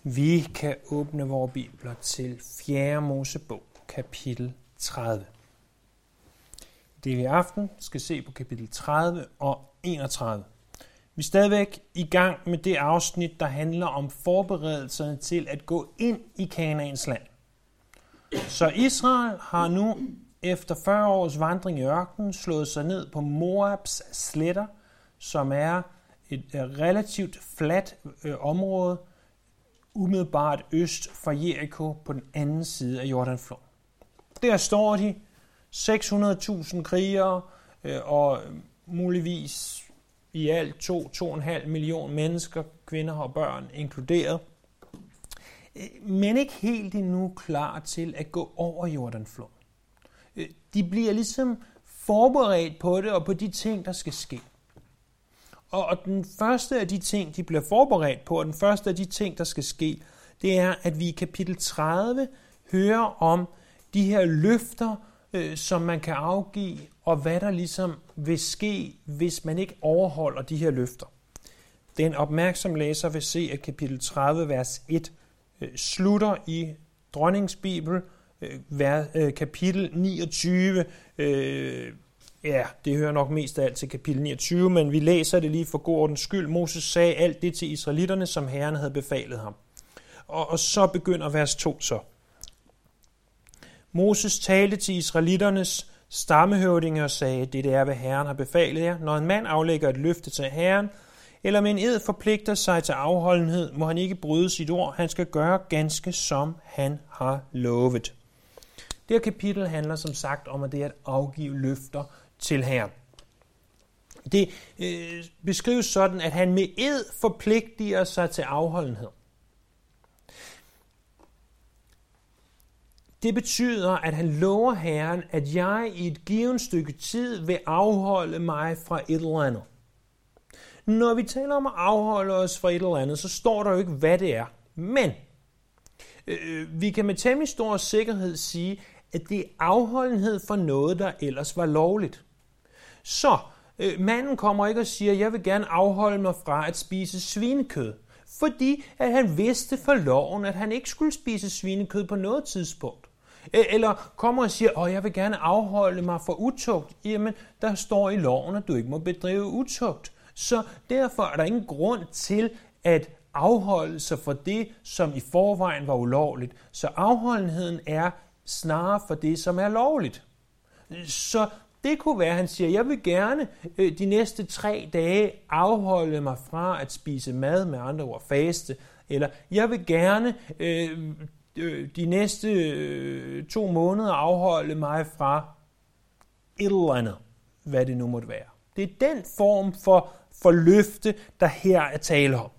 Vi kan åbne vores bibler til 4. Mosebog, kapitel 30. Det vi i aften skal se på kapitel 30 og 31. Vi er stadigvæk i gang med det afsnit, der handler om forberedelserne til at gå ind i Kanaans land. Så Israel har nu efter 40 års vandring i ørkenen slået sig ned på Moabs sletter, som er et relativt fladt område, umiddelbart øst for Jericho på den anden side af Jordanfloden. Der står de 600.000 krigere og muligvis i alt 2,5 millioner mennesker, kvinder og børn inkluderet, men ikke helt endnu klar til at gå over Jordanfloden. De bliver ligesom forberedt på det og på de ting, der skal ske. Og den første af de ting, de bliver forberedt på, og den første af de ting, der skal ske, det er, at vi i kapitel 30 hører om de her løfter, som man kan afgive, og hvad der ligesom vil ske, hvis man ikke overholder de her løfter. Den opmærksom læser vil se, at kapitel 30, vers 1, slutter i Dronningens Bibel, kapitel 29, det hører nok mest af alt til kapitel 29, men vi læser det lige for god ordens skyld. Moses sagde alt det til israelitterne, som Herren havde befalet ham. Og så begynder vers 2 så. Moses talte til israelitternes stammehøvdinge og sagde, det er, hvad Herren har befalet jer. Når en mand aflægger et løfte til Herren, eller med en ed forpligter sig til afholdenhed, må han ikke bryde sit ord. Han skal gøre ganske som han har lovet. Det her kapitel handler som sagt om, at det er at afgive løfter til Herren. Det beskrives sådan, at han med ed forpligter sig til afholdenhed. Det betyder, at han lover Herren, at jeg i et givet stykke tid vil afholde mig fra et eller andet. Når vi taler om at afholde os fra et eller andet, så står der jo ikke, hvad det er. Men vi kan med temmelig stor sikkerhed sige, at det er afholdenhed for noget, der ellers var lovligt. Så manden kommer ikke og siger, jeg vil gerne afholde mig fra at spise svinekød, fordi at han vidste for loven, at han ikke skulle spise svinekød på noget tidspunkt. Eller kommer og siger, jeg vil gerne afholde mig fra utugt. Jamen, der står i loven, at du ikke må bedrive utugt. Så derfor er der ingen grund til at afholde sig for det, som i forvejen var ulovligt. Så afholdenheden er snarere for det, som er lovligt. Så det kunne være, at han siger, jeg vil gerne de næste 3 dage afholde mig fra at spise mad, med andre ord faste. Eller jeg vil gerne de næste 2 måneder afholde mig fra et eller andet, hvad det nu måtte være. Det er den form for løfte, der her er tale om.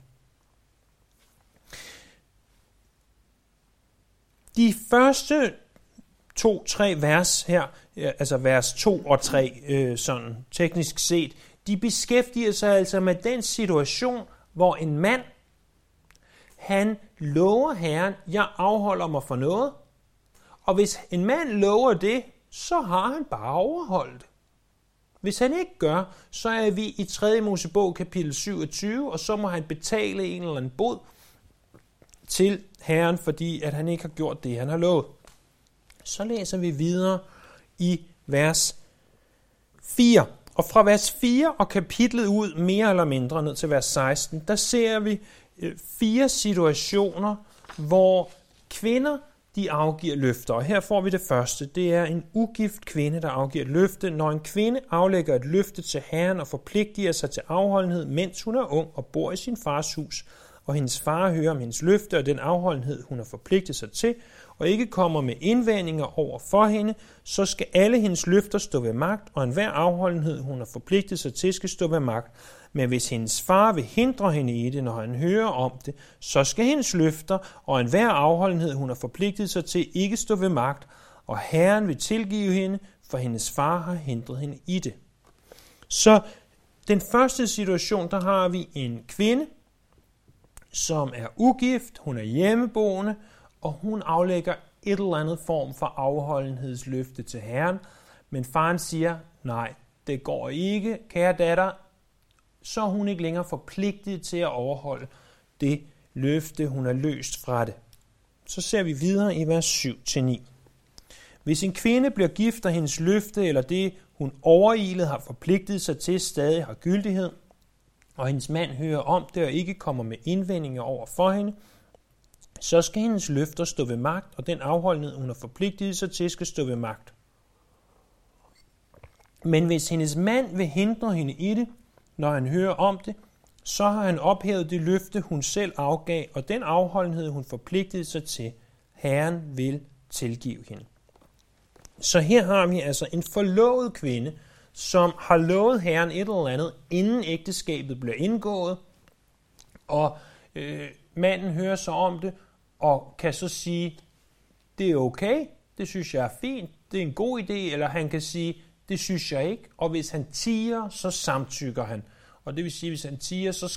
De første 2-3 vers her, altså vers 2 og 3, sådan teknisk set, de beskæftiger sig altså med den situation, hvor en mand, han lover Herren, jeg afholder mig for noget, og hvis en mand lover det, så har han bare overholdt det. Hvis han ikke gør, så er vi i 3. Mosebog kapitel 27, og så må han betale en eller anden bod til Herren, fordi at han ikke har gjort det, han har lovet. Så læser vi videre i vers 4. Og fra vers 4 og kapitlet ud mere eller mindre ned til vers 16, der ser vi 4 situationer, hvor kvinder de afgiver løfter. Og her får vi det første. Det er en ugift kvinde, der afgiver et løfte. Når en kvinde aflægger et løfte til Herren og forpligter sig til afholdenhed, mens hun er ung og bor i sin fars hus, og hendes far hører om hendes løfte og den afholdenhed, hun har forpligtet sig til, og ikke kommer med indvendinger over for hende, så skal alle hendes løfter stå ved magt, og enhver afholdenhed, hun har forpligtet sig til, skal stå ved magt. Men hvis hendes far vil hindre hende i det, når han hører om det, så skal hendes løfter og enhver afholdenhed, hun har forpligtet sig til, ikke stå ved magt, og Herren vil tilgive hende, for hendes far har hindret hende i det. Så den første situation, der har vi en kvinde, som er ugift, hun er hjemmeboende, og hun aflægger et eller andet form for afholdenhedsløfte til Herren, men faren siger, nej, det går ikke, kære datter, så er hun ikke længere forpligtet til at overholde det løfte, hun er løst fra det. Så ser vi videre i vers 7-9. Hvis en kvinde bliver gift, og hendes løfte eller det, hun overilet har forpligtet sig til, stadig har gyldighed, og hendes mand hører om det og ikke kommer med indvendinger over for hende, så skal hendes løfter stå ved magt, og den afholdenhed, hun har forpligtet sig til, skal stå ved magt. Men hvis hendes mand vil hindre hende i det, når han hører om det, så har han ophævet det løfte, hun selv afgav, og den afholdenhed, hun forpligtede sig til. Herren vil tilgive hende. Så her har vi altså en forlovet kvinde, som har lovet Herren et eller andet, inden ægteskabet bliver indgået, og manden hører så om det, og kan så sige, det er okay, det synes jeg er fint, det er en god idé, eller han kan sige, det synes jeg ikke, og hvis han tier, så samtykker han. Og det vil sige, hvis han tier, så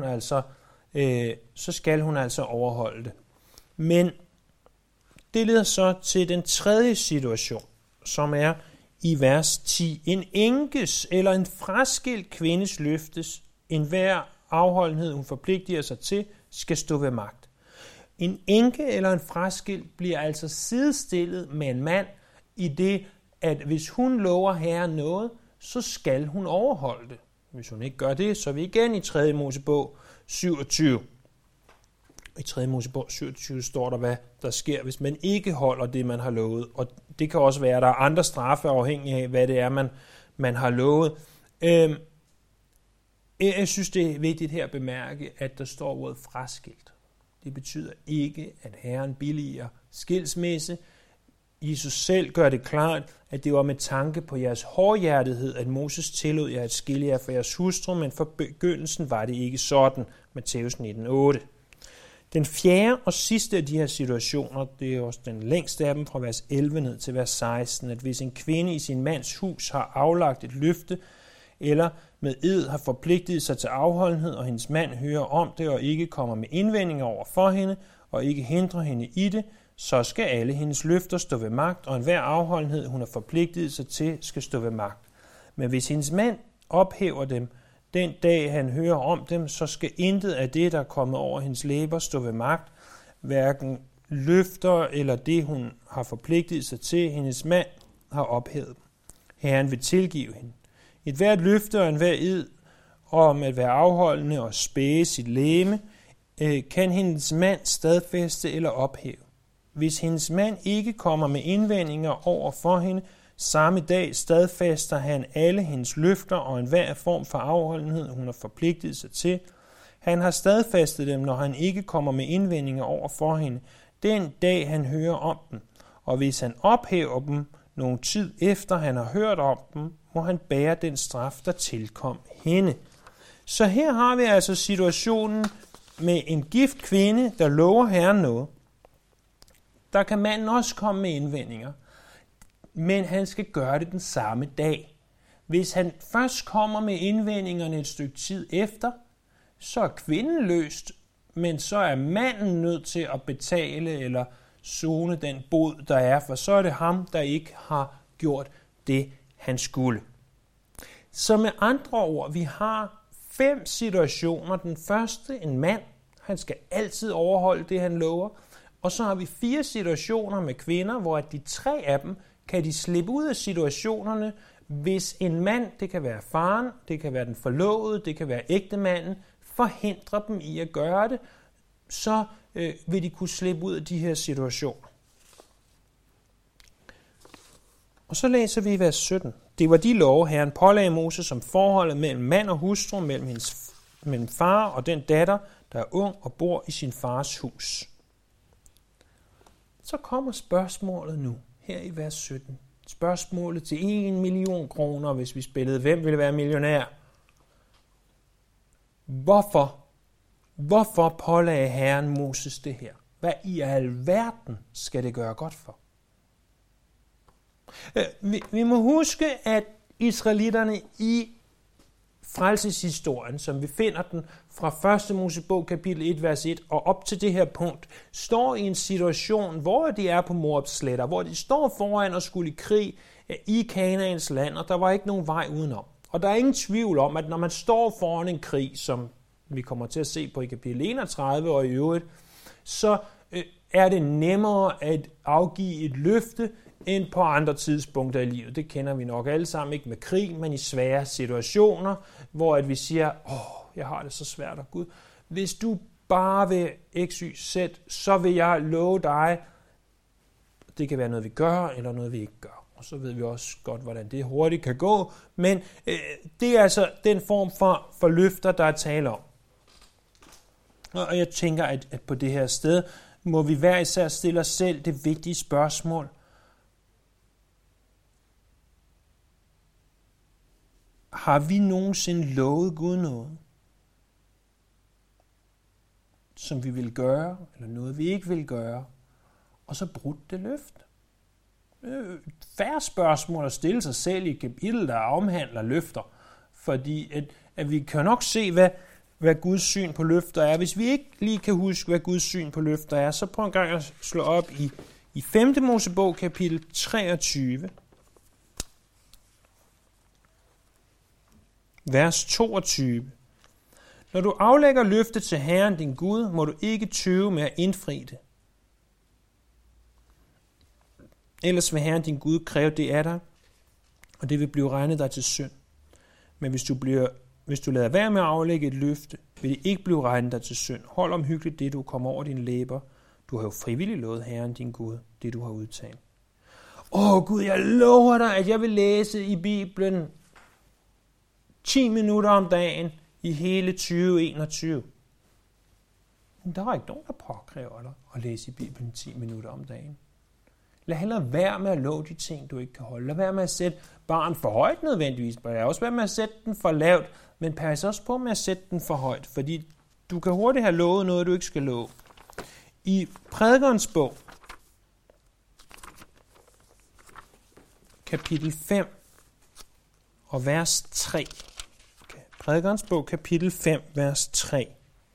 skal hun altså overholde det. Men det leder så til den tredje situation, som er i vers 10. En enkes eller en fraskilt kvindes løftes, enhver afholdenhed, hun forpligter sig til, skal stå ved magt. En enke eller en fraskilt bliver altså sidestillet med en mand i det, at hvis hun lover Herren noget, så skal hun overholde det. Hvis hun ikke gør det, så er vi igen i 3. Mosebog 27. I 3. Mosebog 27 står der, hvad der sker, hvis man ikke holder det, man har lovet. Og det kan også være, at der er andre straffe afhængig af, hvad det er, man har lovet. Jeg synes, det er vigtigt her at bemærke, at der står ordet fraskilt. Det betyder ikke, at Herren billiger skilsmisse. Jesus selv gør det klart, at det var med tanke på jeres hårdhjertethed, at Moses tillod jer at skille jer fra jeres hustru, men for begyndelsen var det ikke sådan. Matthæus 19:8. Den fjerde og sidste af de her situationer, det er også den længste af dem fra vers 11 ned til vers 16, at hvis en kvinde i sin mands hus har aflagt et løfte, eller med ed har forpligtet sig til afholdenhed, og hendes mand hører om det og ikke kommer med indvendinger over for hende, og ikke hindrer hende i det, så skal alle hendes løfter stå ved magt, og enhver afholdenhed, hun har forpligtet sig til, skal stå ved magt. Men hvis hendes mand ophæver dem, den dag han hører om dem, så skal intet af det, der er kommet over hendes læber, stå ved magt, hverken løfter eller det, hun har forpligtet sig til, hendes mand har ophævet dem. Herren vil tilgive hende. Et hvert løfte og enhver ed om at være afholdende og spæge sit legeme, kan hendes mand stadfæste eller ophæve. Hvis hendes mand ikke kommer med indvendinger over for hende, samme dag stadfæster han alle hendes løfter og enhver form for afholdenhed, hun har forpligtet sig til. Han har stadfæstet dem, når han ikke kommer med indvendinger over for hende, den dag han hører om dem. Og hvis han ophæver dem nogen tid efter han har hørt om dem, må han bære den straf, der tilkom hende. Så her har vi altså situationen med en gift kvinde, der lover Herren noget. Der kan manden også komme med indvendinger, men han skal gøre det den samme dag. Hvis han først kommer med indvendingerne et stykke tid efter, så er kvinden løst, men så er manden nødt til at betale eller sone den bod, der er, for så er det ham, der ikke har gjort det, han skulle. Så med andre ord, vi har 5 situationer. Den første, en mand, han skal altid overholde det, han lover. Og så har vi 4 situationer med kvinder, hvor de 3 af dem kan de slippe ud af situationerne, hvis en mand, det kan være faren, det kan være den forlovede, det kan være ægtemanden, forhindrer dem i at gøre det, så vil de kunne slippe ud af de her situationer. Og så læser vi i vers 17. Det var de love, Herren pålagde Moses som forholdet mellem mand og hustru, mellem far og den datter, der er ung og bor i sin fars hus. Så kommer spørgsmålet nu, her i vers 17. Spørgsmålet til 1 million kroner, hvis vi spillede, hvem ville være millionær? Hvorfor pålagde Herren Moses det her? Hvad i alverden skal det gøre godt for? Vi må huske, at israelitterne i frelseshistorien, som vi finder den fra 1. Mosebog kapitel 1, vers 1, og op til det her punkt, står i en situation, hvor de er på Moabs sletter, hvor de står foran og skulle i krig i Kanaans land, og der var ikke nogen vej udenom. Og der er ingen tvivl om, at når man står foran en krig, som vi kommer til at se på i kapitel 31 og i øvrigt, så er det nemmere at afgive et løfte end på andre tidspunkter i livet. Det kender vi nok alle sammen, ikke med krig, men i svære situationer, hvor at vi siger, jeg har det så svært, og Gud, hvis du bare vil x, y, z, så vil jeg love dig. Det kan være noget, vi gør, eller noget, vi ikke gør. Og så ved vi også godt, hvordan det hurtigt kan gå. Men det er altså den form for løfter, der er tale om. Og jeg tænker, at på det her sted må vi hver især stille os selv det vigtige spørgsmål. Har vi nogensinde lovet Gud noget, som vi vil gøre, eller noget, vi ikke vil gøre, og så brudt det løfte? Færre spørgsmål at stille sig selv i et kapitel, der omhandler løfter, fordi at vi kan nok se, hvad Guds syn på løfter er. Hvis vi ikke lige kan huske, hvad Guds syn på løfter er, så prøv en gang at slå op i 5. Mosebog, kapitel 23, vers 22. Når du aflægger løfte til Herren din Gud, må du ikke tøve med at indfri det. Ellers vil Herren din Gud kræve det af dig, og det vil blive regnet dig til synd. Men hvis du lader være med at aflægge et løfte, vil det ikke blive regnet dig til synd. Hold omhyggeligt det, du kommer over dine læber. Du har jo frivilligt lovet Herren din Gud, det du har udtalt. Gud, jeg lover dig, at jeg vil læse i Bibelen 10 minutter om dagen i hele 2021. Men der er ikke nogen, der påkræver dig at læse i Bibelen 10 minutter om dagen. Lad hellere være med at love de ting, du ikke kan holde. Lad være med at sætte barn for højt nødvendigvis. Lad også være med at sætte den for lavt, men pas også på med at sætte den for højt, fordi du kan hurtigt have lovet noget, du ikke skal love. I Prædikernes bog, kapitel 5 og vers 3. Prædikernes bog, kapitel 5, vers 3.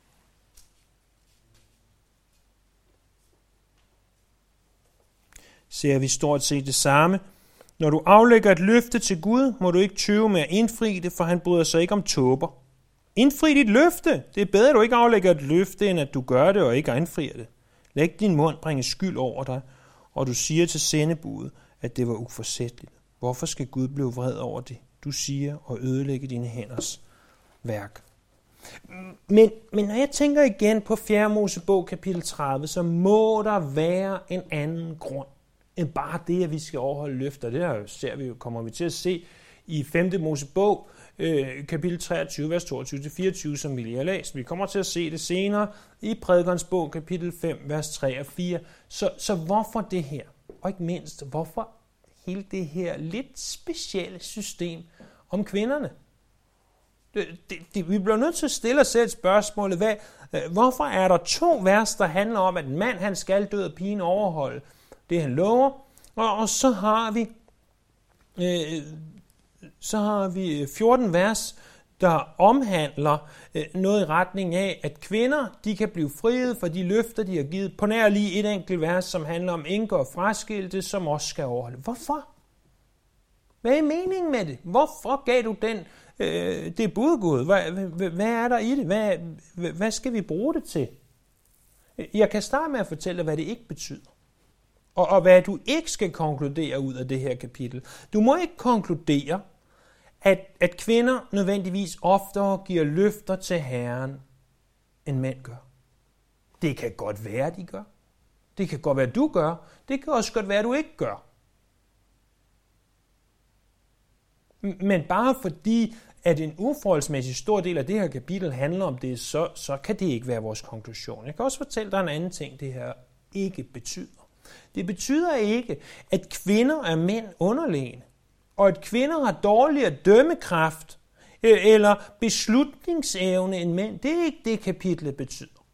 Ser vi stort set det samme. Når du aflægger et løfte til Gud, må du ikke tøve med at indfri det, for han bryder sig ikke om tåber. Indfri dit løfte. Det er bedre, at du ikke aflægger et løfte, end at du gør det og ikke indfrier det. Lad ikke din mund bringe skyld over dig, og du siger til sendebudet, at det var uforsætligt. Hvorfor skal Gud blive vred over det, du siger, og ødelægge dine hænders værk? Men når jeg tænker igen på 4. Mosebog kapitel 30, så må der være en anden grund end bare det, at vi skal overholde løfter. Det her kommer vi til at se i 5. Mosebog kapitel 23, vers 22-24, som vi lige har læst. Vi kommer til at se det senere i Prædikernes bog kapitel 5, vers 3 og 4. Så hvorfor det her? Og ikke mindst, hvorfor hele det her lidt specielle system om kvinderne? Vi bliver nødt til at stille os selv spørgsmålet, hvorfor er der 2 vers, der handler om, at en mand han skal død og pigen overholde det, han lover, og så har vi 14 vers, der omhandler noget i retning af, at kvinder de kan blive friet for de løfter, de har givet. På nær lige et enkelt vers, som handler om enker og fraskilte, som også skal overholde. Hvorfor? Hvad er meningen med det? Hvorfor gav du det bud, Gud? Hvad er der i det? Hvad skal vi bruge det til? Jeg kan starte med at fortælle dig, hvad det ikke betyder. Og hvad du ikke skal konkludere ud af det her kapitel. Du må ikke konkludere, at kvinder nødvendigvis oftere giver løfter til Herren, end mænd gør. Det kan godt være, de gør. Det kan godt være, du gør. Det kan også godt være, du ikke gør. Men bare fordi, at en uforholdsmæssig stor del af det her kapitel handler om det, så kan det ikke være vores konklusion. Jeg kan også fortælle dig en anden ting, det her ikke betyder. Det betyder ikke, at kvinder er mænd underlegne, og at kvinder har dårligere dømmekraft eller beslutningsevne end mænd. Det er ikke det, kapitlet betyder.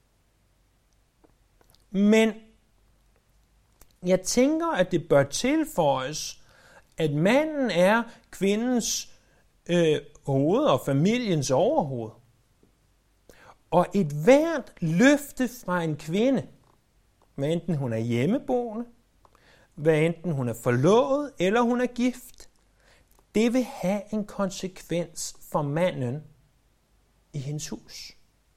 Men jeg tænker, at det bør tilføjes, at manden er kvindens hoved og familiens overhoved. Og et hvert løfte fra en kvinde, hvad enten hun er hjemmeboende, hvad enten hun er forlovet eller hun er gift, det vil have en konsekvens for manden. i hendes hus.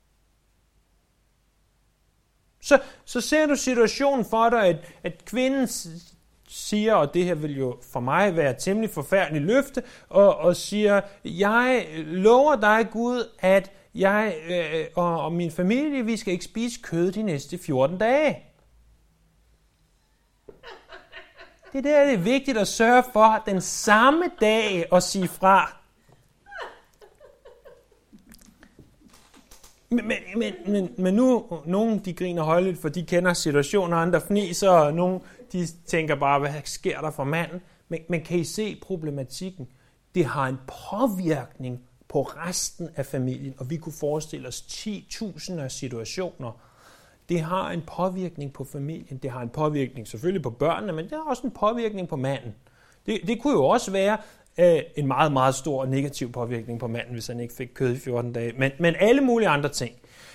Så ser du situationen for dig, at kvinden siger, og det her vil jo for mig være et temmelig forfærdeligt løfte, og siger, jeg lover dig, Gud, at jeg og min familie, vi skal ikke spise kød de næste 14 dage. Det er vigtigt at sørge for den samme dag at sige fra. Men nu, nogen de griner højligt, for de kender situationen, og andre fniser, og nogen de tænker bare, hvad sker der for manden? Men kan I se problematikken? Det har en påvirkning på resten af familien, og vi kunne forestille os 10.000 af situationer. Det har en påvirkning på familien, det har en påvirkning selvfølgelig på børnene, men det har også en påvirkning på manden. Det kunne jo også være en meget, meget stor negativ påvirkning på manden, hvis han ikke fik kød i 14 dage, men alle mulige andre ting.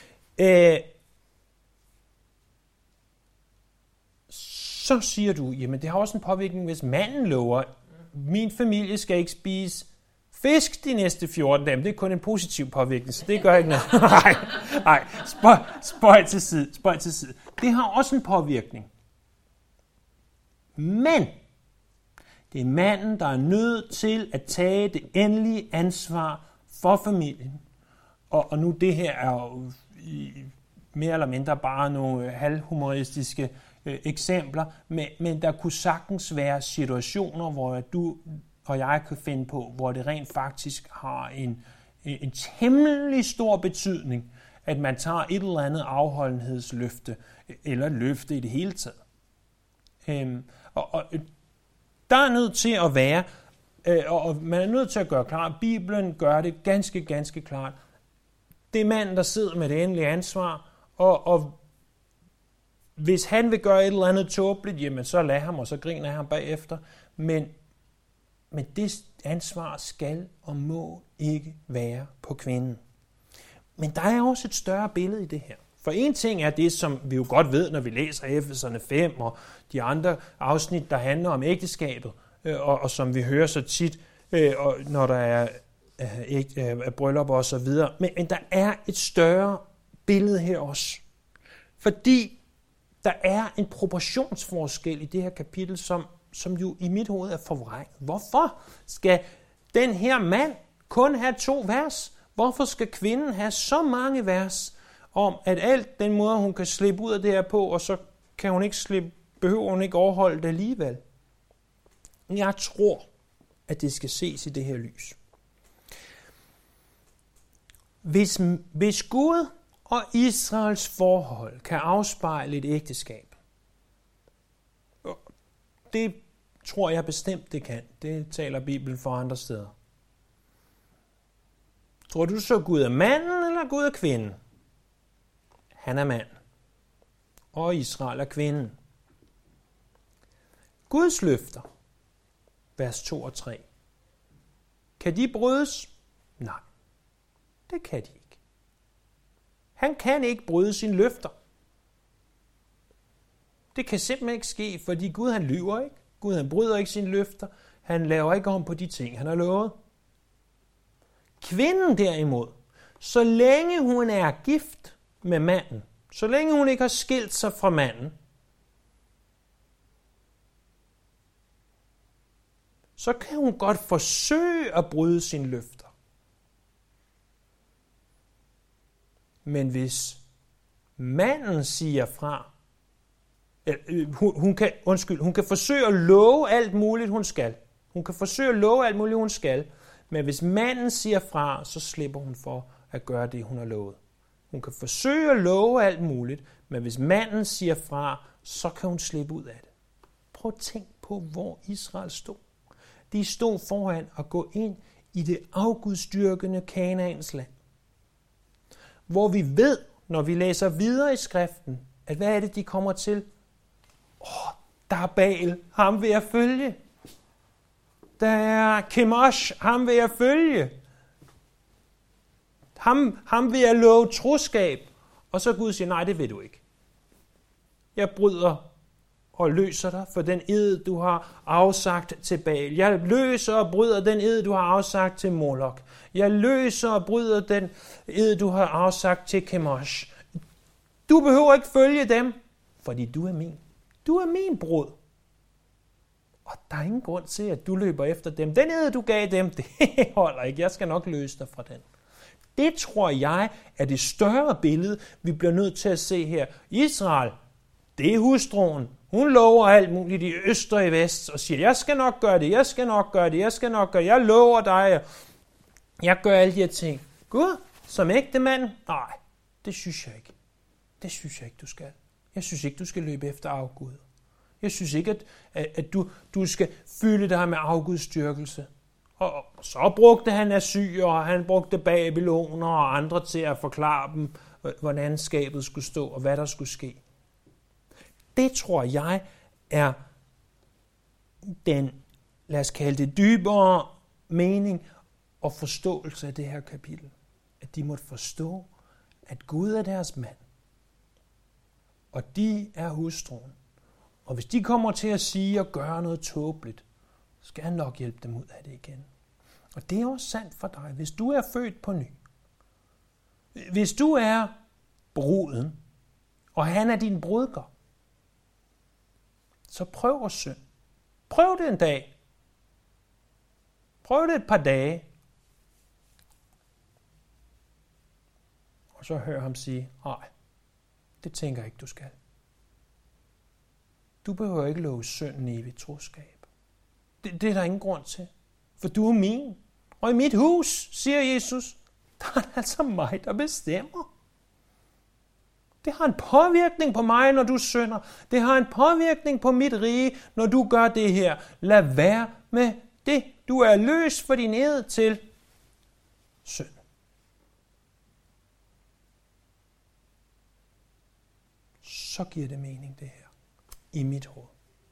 Så siger du, jamen det har også en påvirkning, hvis manden lover, min familie skal ikke spise fisk de næste 14 dage, men det er kun en positiv påvirkning, så det gør ikke noget. Nej, spøj til side. Det har også en påvirkning. Men det er manden, der er nødt til at tage det endelige ansvar for familien. Og nu det her er jo mere eller mindre bare nogle halvhumoristiske eksempler, men der kunne sagtens være situationer, hvor du og jeg kan finde på, hvor det rent faktisk har en temmelig stor betydning, at man tager et eller andet afholdenhedsløfte, eller et løfte i det hele taget. Og der er nødt til at være, og man er nødt til at gøre klart, Bibelen gør det ganske, ganske klart. Det er manden, der sidder med det endelige ansvar, og hvis han vil gøre et eller andet tåbeligt, jamen så lad ham, og så griner han bagefter. Men det ansvar skal og må ikke være på kvinden. Men der er også et større billede i det her. For en ting er det, som vi jo godt ved, når vi læser Efeserne 5 og de andre afsnit, der handler om ægteskabet, og som vi hører så tit, når der er bryllup og så videre. Men der er et større billede her også. Fordi der er en proportionsforskel i det her kapitel, som jo i mit hoved er forvrænget. Hvorfor skal den her mand kun have 2 vers? Hvorfor skal kvinden have så mange vers om, at alt den måde, hun kan slippe ud af det her på, og så kan hun ikke behøver hun ikke overholde det alligevel? Jeg tror, at det skal ses i det her lys. Hvis Gud og Israels forhold kan afspejle et ægteskab, det tror jeg bestemt, det kan. Det taler Bibelen for andre steder. Tror du så, Gud er manden, eller Gud er kvinden? Han er mand. Og Israel er kvinden. Guds løfter, vers 2 og 3. Kan de brydes? Nej, det kan de ikke. Han kan ikke bryde sine løfter. Det kan simpelthen ikke ske, fordi Gud han lyver ikke. Gud han bryder ikke sine løfter. Han laver ikke om på de ting, han har lovet. Kvinden derimod, så længe hun er gift med manden, så længe hun ikke har skilt sig fra manden, så kan hun godt forsøge at bryde sine løfter. Men hvis manden siger fra, hun kan forsøge at love alt muligt, hun skal. Hun kan forsøge at love alt muligt, hun skal. Men hvis manden siger fra, så slipper hun for at gøre det, hun har lovet. Hun kan forsøge at love alt muligt, men hvis manden siger fra, så kan hun slippe ud af det. Prøv at tænk på, hvor Israel stod. De stod foran at gå ind i det afgudstyrkende Kanaans land. Hvor vi ved, når vi læser videre i skriften, at hvad er det, de kommer til? Der er Baal, ham vil jeg følge. Der er Chemosh, ham vil jeg følge. Ham vil jeg love troskab. Og så Gud siger, nej, det vil du ikke. Jeg bryder og løser dig for den ed, du har afsagt til Baal. Jeg løser og bryder den ed, du har afsagt til Molok. Jeg løser og bryder den ed, du har afsagt til Kemosh. Du behøver ikke følge dem, fordi du er min. Du er min brud. Og der er ingen grund til, at du løber efter dem. Den ed, du gav dem, det holder ikke. Jeg skal nok løse dig fra den. Det tror jeg er det større billede, vi bliver nødt til at se her. Israel, det er hustruen. Hun lover alt muligt i øst og i vest og siger, jeg skal nok gøre det, jeg skal nok gøre det, jeg skal nok gøre det, jeg lover dig, jeg gør alle de her ting. Gud, som ægte mand? Nej, det synes jeg ikke. Det synes jeg ikke, du skal. Jeg synes ikke, du skal løbe efter afgud. Jeg synes ikke, at du skal fylde dig med afgudstyrkelse. Og så brugte han Assyr, og han brugte babyloner og andre til at forklare dem, hvordan skabet skulle stå, og hvad der skulle ske. Det tror jeg er den, lad os kalde det, dybere mening og forståelse af det her kapitel. At de måtte forstå, at Gud er deres mand, og de er hustruen. Og hvis de kommer til at sige og gøre noget tåbeligt, så skal han nok hjælpe dem ud af det igen. Og det er også sandt for dig, hvis du er født på ny. Hvis du er bruden, og han er din brudgom, så prøv at synde. Prøv det en dag. Prøv det et par dage. Og så hør ham sige, nej, det tænker jeg ikke, du skal. Du behøver ikke love synden i evigt troskab. Det er der ingen grund til, for du er min. Og i mit hus, siger Jesus, der er det altså mig, der bestemmer. Det har en påvirkning på mig, når du synder. Det har en påvirkning på mit rige, når du gør det her. Lad være med det. Du er løs for din ed til synd. Så giver det mening, det her, i mit hoved.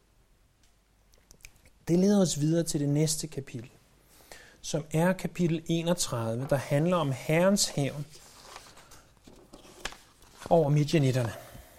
Det leder os videre til det næste kapitel, som er kapitel 31, der handler om Herrens hævn over midjanitterne.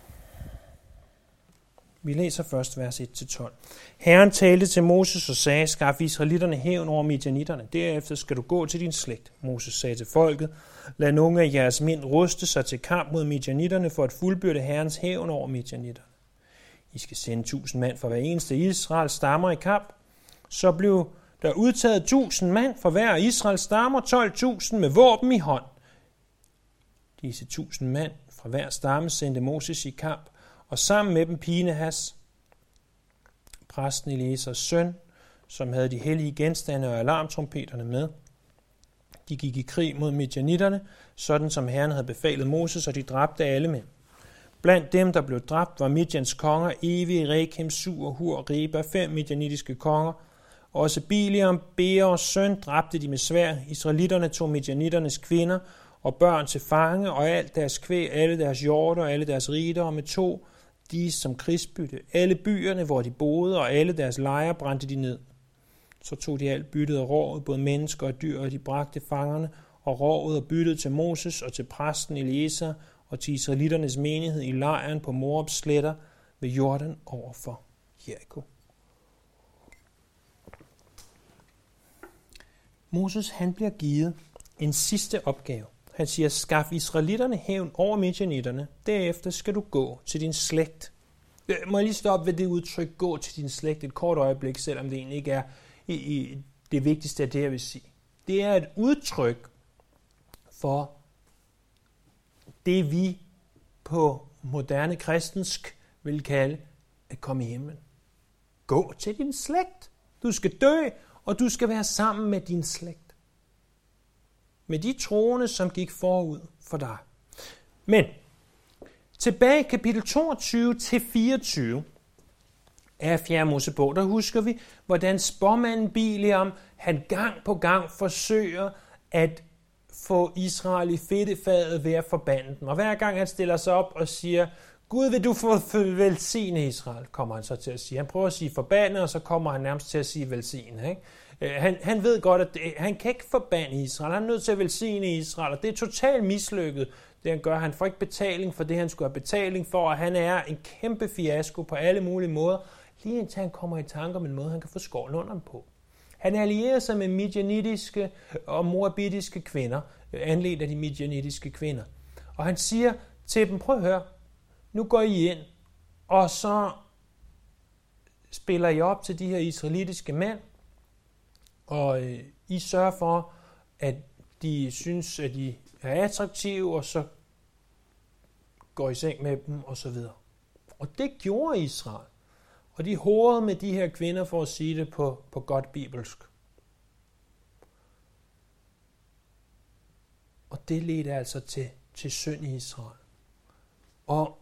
Vi læser først vers 1-12. Herren talte til Moses og sagde, skaf israelitterne hævn over midjanitterne. Derefter skal du gå til din slægt. Moses sagde til folket, lad nogle af jeres mænd ruste sig til kamp mod midjanitterne for at fuldbyrde Herrens hævn over midjanitterne. I skal sende 1000 mand fra hver eneste Israels stammer i kamp. Så blev der udtaget 1000 mand fra hver Israels stammer, 12.000 med våben i hånd. Disse 1000 mand fra hver stamme sendte Moses i kamp, og sammen med dem Pinehas, præsten Eleazars søn, som havde de hellige genstande og alarmtrompeterne med. De gik i krig mod midjanitterne, sådan som Herren havde befalet Moses, og de dræbte alle mænd. Blandt dem, der blev dræbt, var Midjans konger, Evi, Rekem, Sur, Hur, Reba, 5 midjanitiske konger. Også Biliam, Beors søn, dræbte de med sværd. Israelitterne tog midjanitternes kvinder og børn til fange, og alt deres kvæg, alle deres hjorter og alle deres ritter, og med to de som krigsbytte. Alle byerne, hvor de boede, og alle deres lejre brændte de ned. Så tog de alt byttet og rådet, både mennesker og dyr, og de bragte fangerne og rådet og byttet til Moses og til præsten Eleazar og til israelitternes menighed i lejren på Moabs sletter ved Jordan overfor Jericho. Moses, han bliver givet en sidste opgave. Han siger, skaf israelitterne hævn over midjanitterne. Derefter skal du gå til din slægt. Må jeg lige stoppe ved det udtryk, gå til din slægt et kort øjeblik, selvom det egentlig ikke er det vigtigste af det, jeg vil sige. Det er et udtryk for det, vi på moderne kristensk vil kalde at komme i himlen. Gå til din slægt. Du skal dø, og du skal være sammen med din slægt. Med de troende, som gik forud for dig. Men tilbage i kapitel 22-24 af 4. Mosebog, der husker vi, hvordan spåmanden Biliam, han gang på gang forsøger at få Israel i fedtefadet ved at forbande dem. Og hver gang han stiller sig op og siger, Gud, vil du få velsigne Israel, kommer han så til at sige. Han prøver at sige forbande, og så kommer han nærmest til at sige velsigne. Ikke? Han ved godt, at han kan ikke forbande Israel. Han er nødt til at velsigne Israel, og det er totalt mislykket. det han gør. Han får ikke betaling for det, han skulle have betaling for, og han er en kæmpe fiasko på alle mulige måder, lige indtil han kommer i tanke om en måde, han kan få skålen under på. Han allierer sig med midjanitiske og moabitiske kvinder, anledt af de midjanitiske kvinder. Og han siger til dem, prøv at høre, nu går I ind, og så spiller I op til de her israelitiske mænd, og I sørger for, at de synes, at de er attraktive, og så går I seng med dem, og så videre. Og det gjorde Israel. Og de horede med de her kvinder, for at sige det på godt bibelsk. Og det ledte altså til synd i Israel. Og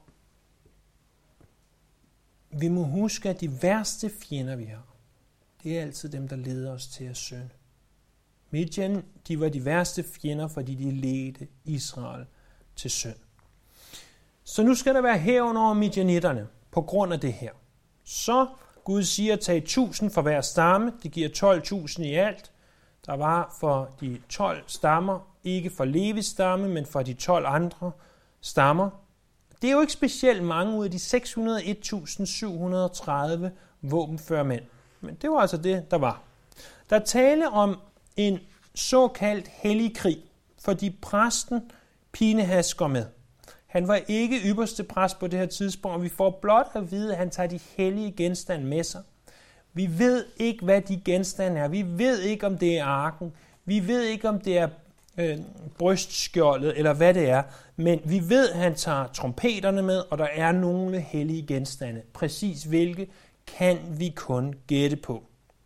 vi må huske, at de værste fjender, vi har, det er altid dem, der leder os til at synde. Midjan, de var de værste fjender, fordi de ledte Israel til synd. Så nu skal der være hævn over midjanitterne på grund af det her. Så Gud siger, tag 1000 for hver stamme. Det giver 12.000 i alt. Der var for de 12 stammer, ikke for Levis stamme, men for de 12 andre stammer. Det er jo ikke specielt mange ud af de 601.730 våbenføre mænd. Men det var altså det, der var. Der er tale om en såkaldt hellig krig, fordi præsten Pinehas går med. Han var ikke ypperste præst på det her tidspunkt, og vi får blot at vide, at han tager de hellige genstande med sig. Vi ved ikke, hvad de genstande er. Vi ved ikke, om det er arken. Vi ved ikke, om det er brystskjoldet, eller hvad det er. Men vi ved, at han tager trompeterne med, og der er nogle hellige genstande. Præcis hvilke kan vi kun gætte på.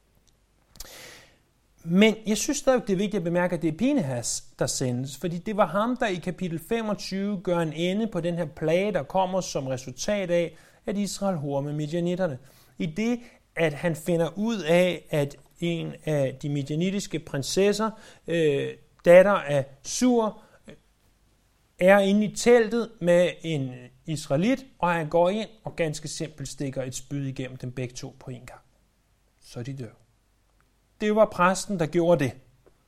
Men jeg synes stadig, det er vigtigt at bemærke, at det er Pinehas, der sendes, fordi det var ham, der i kapitel 25 gør en ende på den her plage, der kommer som resultat af, at Israel horer med midjanitterne. I det, at han finder ud af, at en af de midjanitiske prinsesser, datter af Sur, er inde i teltet med en israelit, og han går ind og ganske simpelt stikker et spyd igennem dem begge to på en gang. Så de dør. Det var præsten, der gjorde det.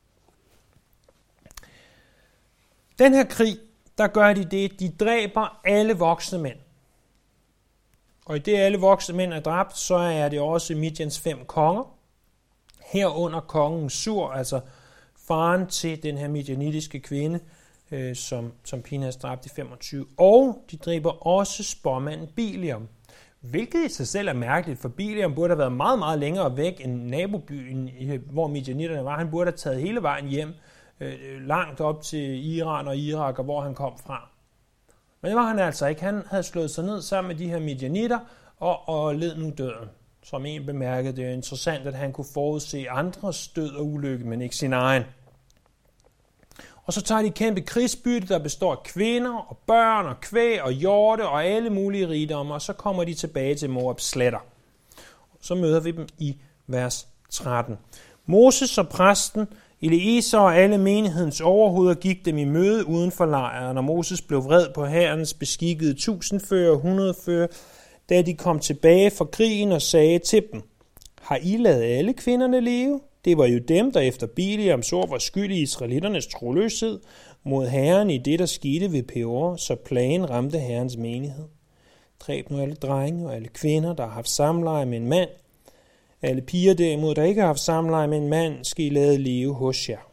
Den her krig, der gør de det, de dræber alle voksne mænd. Og i det alle voksne mænd er dræbt, så er det også Midjans 5 konger. Herunder kongen Sur, altså faren til den her midjanitiske kvinde, som Pinehas dræbte i 25. Og de dræber også spåmanden Biliam. Hvilket i sig selv er mærkeligt, for Biliam burde have været meget, meget længere væk end nabobyen, hvor midjanitterne var. Han burde have taget hele vejen hjem, langt op til Iran og Irak, og hvor han kom fra. Men det var han altså ikke. Han havde slået sig ned sammen med de her midjanitter og led nu døden. Som en bemærkede, det er interessant, at han kunne forudse andres død og ulykke, men ikke sin egen. Og så tager de kæmpe krigsbytte, der består af kvinder og børn og kvæg og hjorte og alle mulige rigdomme, og så kommer de tilbage til Moabs sletter. Så møder vi dem i vers 13. Moses og præsten, Eliezer og alle menighedens overhoveder gik dem i møde uden for lejren, og Moses blev vred på hærens beskikkede 1000-fører og 100-fører, da de kom tilbage fra krigen og sagde til dem, har I ladet alle kvinderne leve? Det var jo dem, der efter Biliams ord var skyld i israelitternes troløshed mod Herren i det, der skete ved Peor, så plagen ramte Herrens menighed. Dræb nu alle drenge og alle kvinder, der har haft samleje med en mand. Alle piger derimod, der ikke har haft samleje med en mand, skal I lade leve hos jer.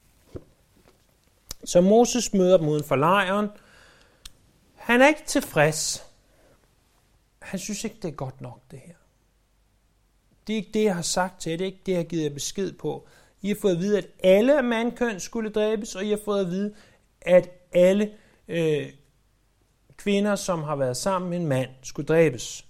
Så Moses møder dem uden for lejren. Han er ikke tilfreds. Han synes ikke, det er godt nok, det her. Det er ikke det, jeg har sagt til jer. Det er ikke det, jeg har givet jer besked på. I har fået at vide, at alle af mandkøn skulle dræbes, og I har fået at vide, at alle kvinder, som har været sammen med en mand, skulle dræbes.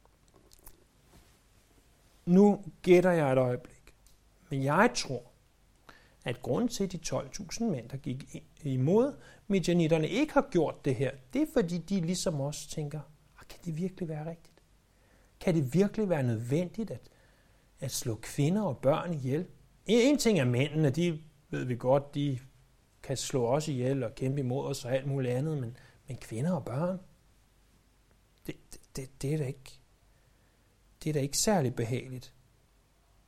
Nu gætter jeg et øjeblik. Men jeg tror, at grunden til, at de 12.000 mænd, der gik imod midjanitterne, ikke har gjort det her, det er, fordi de ligesom os tænker, kan det virkelig være rigtigt? Kan det virkelig være nødvendigt at slå kvinder og børn ihjel? En ting er mændene, de ved vi godt, de kan slå os ihjel og kæmpe imod os og alt muligt andet, men kvinder og børn, det er da ikke særlig behageligt.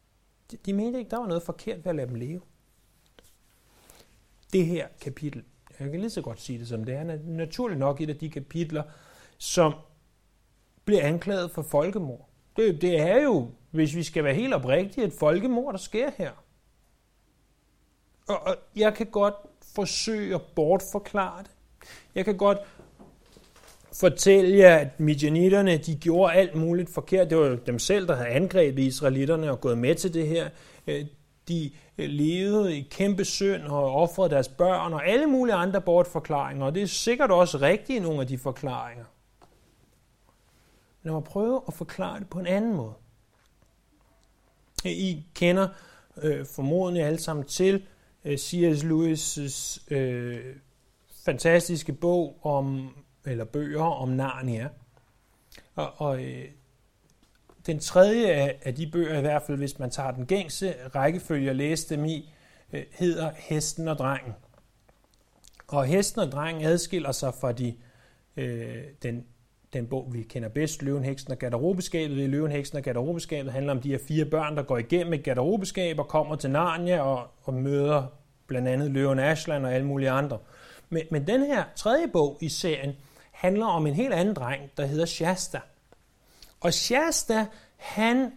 De mente ikke, der var noget forkert ved at lade dem leve. Det her kapitel Jeg kan lige så godt sige det som det er. Naturligt nok et af de kapitler, som bliver anklaget for folkemord. Det er jo, hvis vi skal være helt oprigtige, et folkemord, der sker her. Og jeg kan godt forsøge at bortforklare det. Jeg kan godt fortælle jer, at midjanitterne, de gjorde alt muligt forkert. Det var dem selv, der havde angrebet israelitterne og gået med til det her. De levede i kæmpe synd og ofrede deres børn og alle mulige andre bortforklaringer. Og det er sikkert også rigtigt, nogle af de forklaringer. Lad mig prøve at forklare det på en anden måde. I kender formodentlig alle sammen til C.S. Lewis' fantastiske bøger om Narnia. Og den tredje af de bøger, i hvert fald hvis man tager den gængse rækkefølge og læser dem i, hedder Hesten og Drengen. Og Hesten og Drengen adskiller sig fra den bog, vi kender bedst, Løven, Heksen og Garderobeskabet. Løven, Heksen og Garderobeskabet handler om de her 4 børn, der går igennem et garderobeskab og kommer til Narnia og møder blandt andet løven Aslan og alle mulige andre. Men den her tredje bog i serien handler om en helt anden dreng, der hedder Shasta. Og Shasta, han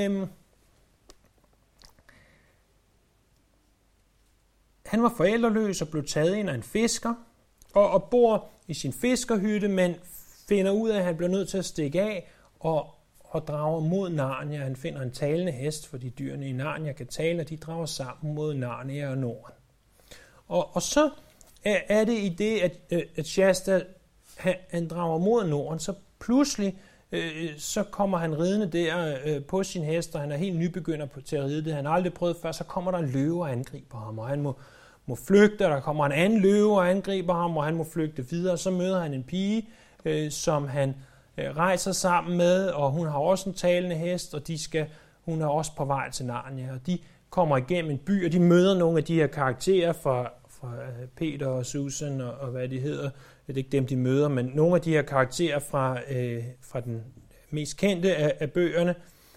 var forældreløs og blev taget ind af en fisker og bor i sin fiskerhytte, men finder ud af, at han bliver nødt til at stikke af og drager mod Narnia. Han finder en talende hest, fordi dyrene i Narnia kan tale, og de drager sammen mod Narnia og Norden. Og så er det i det, at Shasta han drager mod Norden, så pludselig så kommer han ridende der på sin hest, og han er helt nybegynder til at ride det. Han har aldrig prøvet før, så kommer der en løve og angriber ham, og han må flygte, og der kommer en anden løve og angriber ham, og han må flygte videre. Så møder han en pige, som han rejser sammen med, og hun har også en talende hest, og hun er også på vej til Narnia, og de kommer igennem en by, og de møder nogle af de her karakterer fra Peter og Susan og hvad de hedder. Det er ikke dem, de møder, men nogle af de her karakterer fra den mest kendte af bøgerne,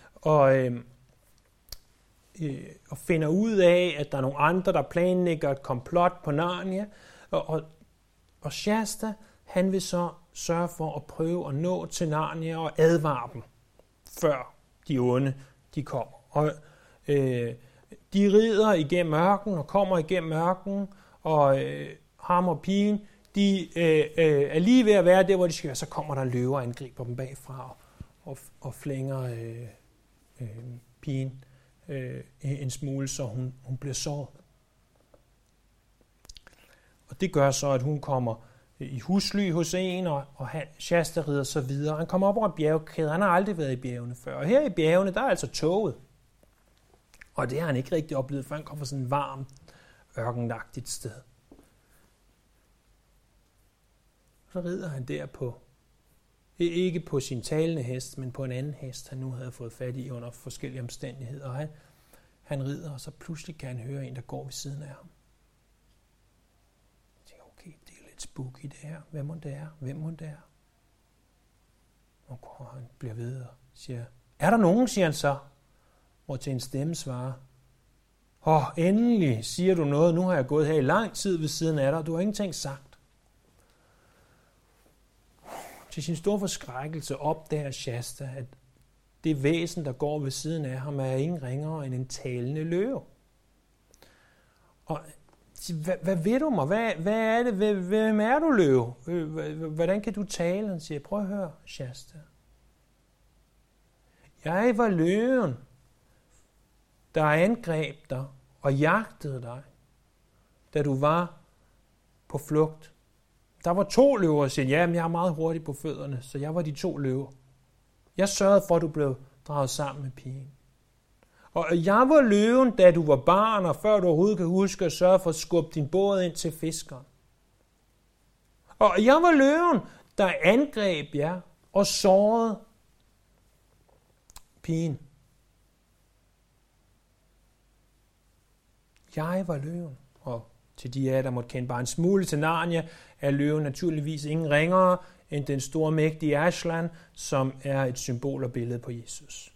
og finder ud af, at der er nogle andre, der planlægger et komplot på Narnia, og Shasta, han vil så sørge for at prøve at nå til Narnia og advare dem, før de onde de kommer. Og de rider igennem ørkenen og kommer igennem ørkenen, og ham og pigen, de er lige ved at være der, hvor de skal være, så kommer der løver og angriber dem bagfra og flænger pigen en smule, så hun bliver såret. Og det gør så, at hun kommer i husly hos en, og Shasta rider så videre. Han kommer op over en bjergkæde. Han har aldrig været i bjergene før. Og her i bjergene, der er altså toget. Og det har han ikke rigtig oplevet, for han kommer fra sådan et varmt, ørkenagtigt sted. Så rider han der på, ikke på sin talende hest, men på en anden hest, han nu havde fået fat i under forskellige omstændigheder. Og han rider, og så pludselig kan han høre en, der går ved siden af ham. Jeg tænker, okay, det er lidt spooky det her. Hvem må det er? Hvem må det er? Og han bliver ved og siger, er der nogen, siger han så, hvor til en stemme svarer, endelig siger du noget, nu har jeg gået her i lang tid ved siden af dig, du har ingenting sagt. Til sin store forskrækkelse opdager Shasta, at det væsen, der går ved siden af ham, er ingen ringere end en talende løve. Og hvad ved du mig? Hvad er det? Hvem er du, løve? Hvordan kan du tale? Han siger, prøv at høre, Shasta. Jeg var løven, der angreb dig og jagtede dig, da du var på flugt. Der var 2 løver, og siger, jamen jeg er meget hurtig på fødderne, så jeg var de 2 løver. Jeg sørgede for, at du blev draget sammen med pigen. Og jeg var løven, da du var barn, og før du overhovedet kan huske at sørge for at skubbe din båd ind til fiskeren. Og jeg var løven, der angreb jer og sårede pigen. Jeg var løven. Og til de af jer, der måtte kende bare en smule til Narnia, er løven naturligvis ingen ringere end den store mægtige Aslan, som er et symbol og billede på Jesus.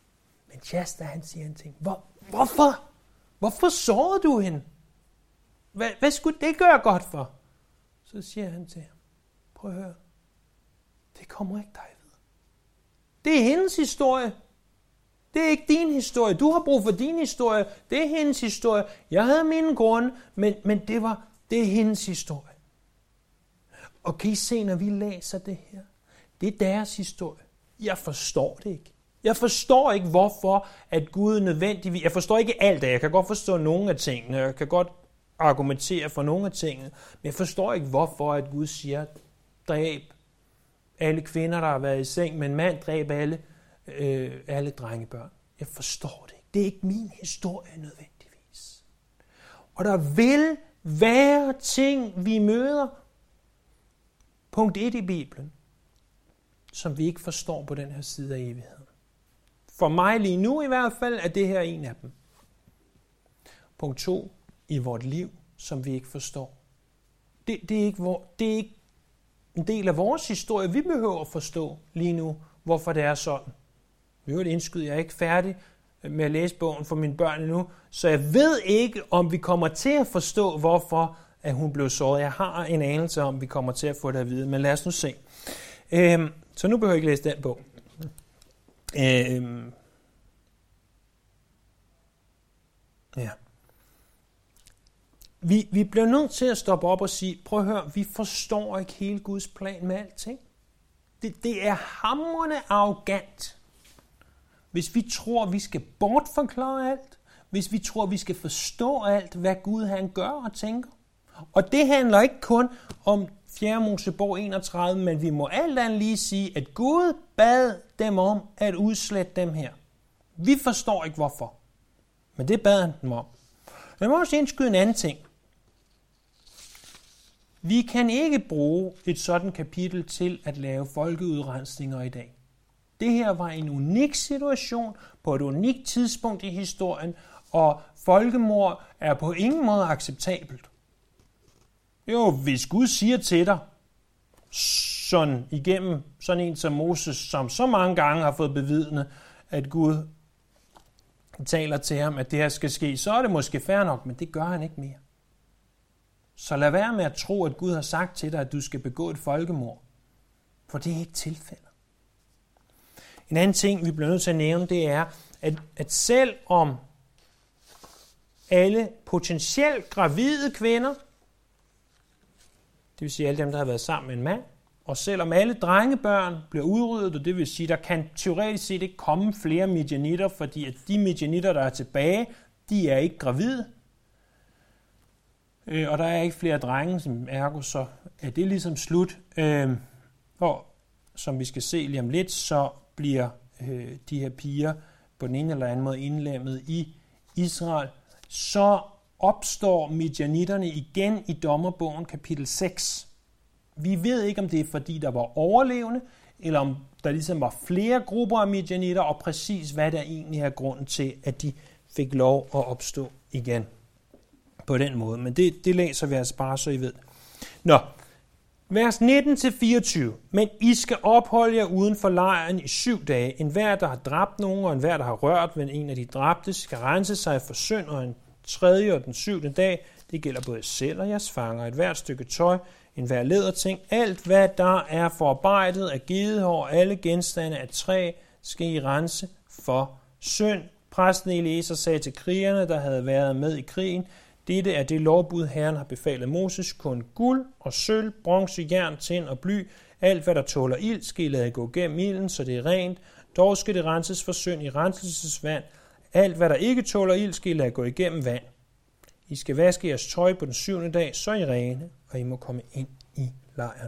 Men Shasta, han siger en ting. Hvorfor sårede du hende? Hvad skulle det gøre godt for? Så siger han til ham, prøv at høre, det kommer ikke dig ved. Det er hendes historie. Det er ikke din historie. Du har brug for din historie. Det er hendes historie. Jeg havde mine grunde, men det er hendes historie. Og kan I se, når vi læser det her? Det er deres historie. Jeg forstår det ikke. Jeg forstår ikke, hvorfor at Gud nødvendigvis... Jeg forstår ikke alt af. Jeg kan godt forstå nogle af tingene. Jeg kan godt argumentere for nogle af tingene. Men jeg forstår ikke, hvorfor at Gud siger, dræb alle kvinder, der har været i seng med en mand, dræb alle drengebørn. Jeg forstår det ikke. Det er ikke min historie nødvendigvis. Og der vil være ting, vi møder. Punkt 1 i Bibelen, som vi ikke forstår på den her side af evigheden. For mig lige nu i hvert fald, er det her en af dem. Punkt 2 i vort liv, som vi ikke forstår. Det er ikke en del af vores historie, vi behøver at forstå lige nu, hvorfor det er sådan. Vi hører det indskyde, jeg er ikke færdig med at læse bogen for mine børn endnu, så jeg ved ikke, om vi kommer til at forstå, hvorfor at hun blev såret. Jeg har en anelse om, vi kommer til at få det at vide, men lad os nu se. Så nu behøver jeg ikke læse den bog. Ja. Vi bliver nødt til at stoppe op og sige, prøv at høre, vi forstår ikke hele Guds plan med alting. Det er hamrende arrogant, hvis vi tror, vi skal bortforklare alt, hvis vi tror, vi skal forstå alt, hvad Gud han gør og tænker. Og det handler ikke kun om 4. Mosebog 31, men vi må alt andet lige sige, at Gud bad dem om at udslette dem her. Vi forstår ikke hvorfor, men det bad han dem om. Jeg må også indskyde en anden ting. Vi kan ikke bruge et sådan kapitel til at lave folkeudrensninger i dag. Det her var en unik situation på et unikt tidspunkt i historien, og folkemord er på ingen måde acceptabelt. Jo, hvis Gud siger til dig, sådan igennem sådan en som Moses, som så mange gange har fået bevidnet, at Gud taler til ham, at det her skal ske, så er det måske fair nok, men det gør han ikke mere. Så lad være med at tro, at Gud har sagt til dig, at du skal begå et folkemord. For det er ikke tilfældet. En anden ting, vi bliver nødt til at nævne, det er, at selv om alle potentielt gravide kvinder, det vil sige alle dem, der har været sammen med en mand, og selvom alle drengebørn bliver udryddet, og det vil sige, der kan teoretisk set ikke komme flere midjanitter, fordi at de midjanitter, der er tilbage, de er ikke gravide. Og der er ikke flere drenge, som ergo, så er det ligesom slut. Og som vi skal se lige om lidt, så bliver de her piger på den ene eller anden måde indlemmet i Israel. Så opstår midjanitterne igen i Dommerbogen kapitel 6. Vi ved ikke, om det er fordi, der var overlevende, eller om der ligesom var flere grupper af midjanitter, og præcis hvad der egentlig er grunden til, at de fik lov at opstå igen på den måde. Men det læser vi altså bare, så I ved. Nå, vers 19-24. Men I skal opholde jer uden for lejren i 7 dage. Enhver, der har dræbt nogen, og enhver, der har rørt ved en af de dræbte, skal rense sig for synd, og en 3. og den 7. dag, det gælder både selv og jeres fanger, et hvert stykke tøj, enhver læderting, alt hvad der er forarbejdet af gedehår, alle genstande af træ, skal I rense for synd. Præsten Eliezer sagde til krigerne, der havde været med i krigen, dette er det lovbud, Herren har befalet Moses, kun guld og sølv, bronze, jern, tin og bly, alt hvad der tåler ild, skal I lade gå gennem ilden, så det er rent. Dog skal det renses for synd i renselsesvand. Alt hvad der ikke tåler ild, skal I lade gå igennem vand. I skal vaske jeres tøj på den 7. dag, så er I rene, og I må komme ind i lejren.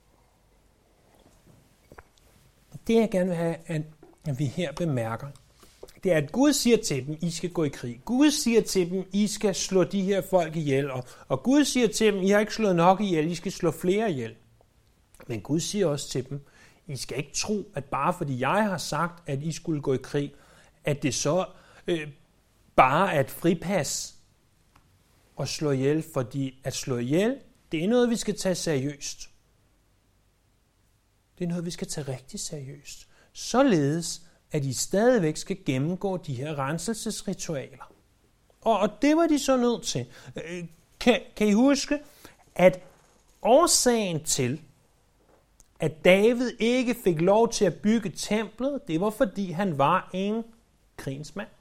Det jeg gerne vil have, at vi her bemærker, det er, at Gud siger til dem, I skal gå i krig. Gud siger til dem, I skal slå de her folk ihjel. Og Gud siger til dem, I har ikke slået nok ihjel, I skal slå flere ihjel. Men Gud siger også til dem, I skal ikke tro, at bare fordi jeg har sagt, at I skulle gå i krig, at det så bare er et fripas at slå ihjel. Fordi at slå ihjel, det er noget, vi skal tage seriøst. Det er noget, vi skal tage rigtig seriøst. Således at I stadigvæk skal gennemgå de her renselsesritualer. Og det var de så nødt til. kan I huske, at årsagen til, at David ikke fik lov til at bygge templet, det var fordi han var en krigens mand.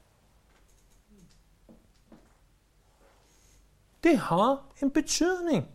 Det har en betydning.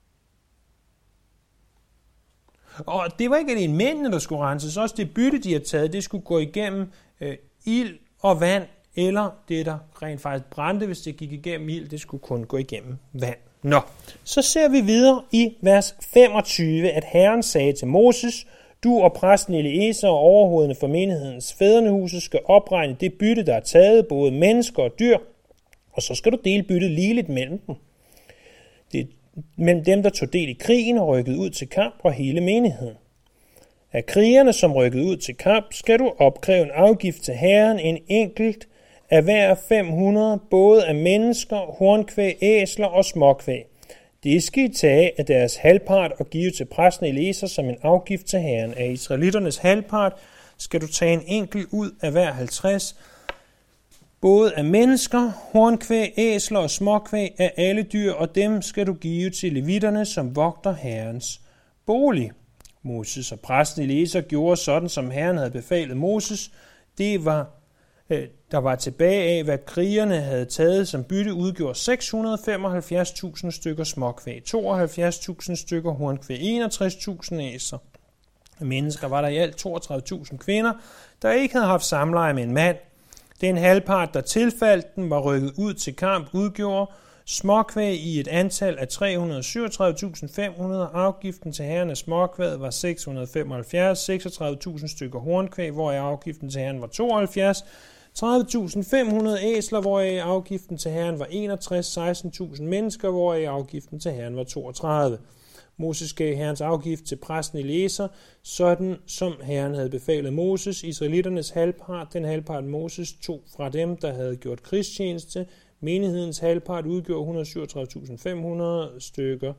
Og det var ikke alene mændene, der skulle renses, også det bytte, de havde taget, det skulle gå igennem ild og vand, eller det, der rent faktisk brændte, hvis det gik igennem ild, det skulle kun gå igennem vand. Nå, så ser vi videre i vers 25, at Herren sagde til Moses, du og præsten Eliezer og overhovedene for menighedens fædrene skal opregne det bytte, der er taget, både mennesker og dyr, og så skal du dele byttet ligeligt mellem dem. Det er mellem dem, der tog del i krigen og rykkede ud til kamp, og hele menigheden. Af krigerne, som rykkede ud til kamp, skal du opkræve en afgift til Herren, en enkelt af hver 500, både af mennesker, hornkvæg, æsler og småkvæg. Det skal I tage af deres halvpart og give til præsten Eliezer som en afgift til Herren. Af israelitternes halvpart skal du tage en enkelt ud af hver 50, både af mennesker, hornkvæg, æsler og småkvæg, af alle dyr, og dem skal du give til levitterne, som vogter Herrens bolig. Moses og præsten Eliezer gjorde sådan, som Herren havde befalet Moses. Det var, der var tilbage af, hvad krigerne havde taget som bytte, udgjorde 675.000 stykker småkvæg, 72.000 stykker hornkvæg, 61.000 æser. Mennesker var der i alt 32.000 kvinder, der ikke havde haft samleje med en mand. Den halvpart, der tilfaldt den, var rykket ud til kamp, udgjorde småkvæg i et antal af 337.500. Afgiften til herren af småkvæget var 675, 36.000 stykker hornkvæg, hvoraf afgiften til herren var 72, 30.500 æsler, hvoraf afgiften til herren var 61, 16.000 mennesker, hvoraf afgiften til herren var 32. Moses gav herrens afgift til præsten Eliezer, sådan som herren havde befalet Moses. Israelitternes halvpart, den halvpart Moses tog fra dem, der havde gjort krigstjeneste. Menighedens halvpart udgjorde 137.500 stykker,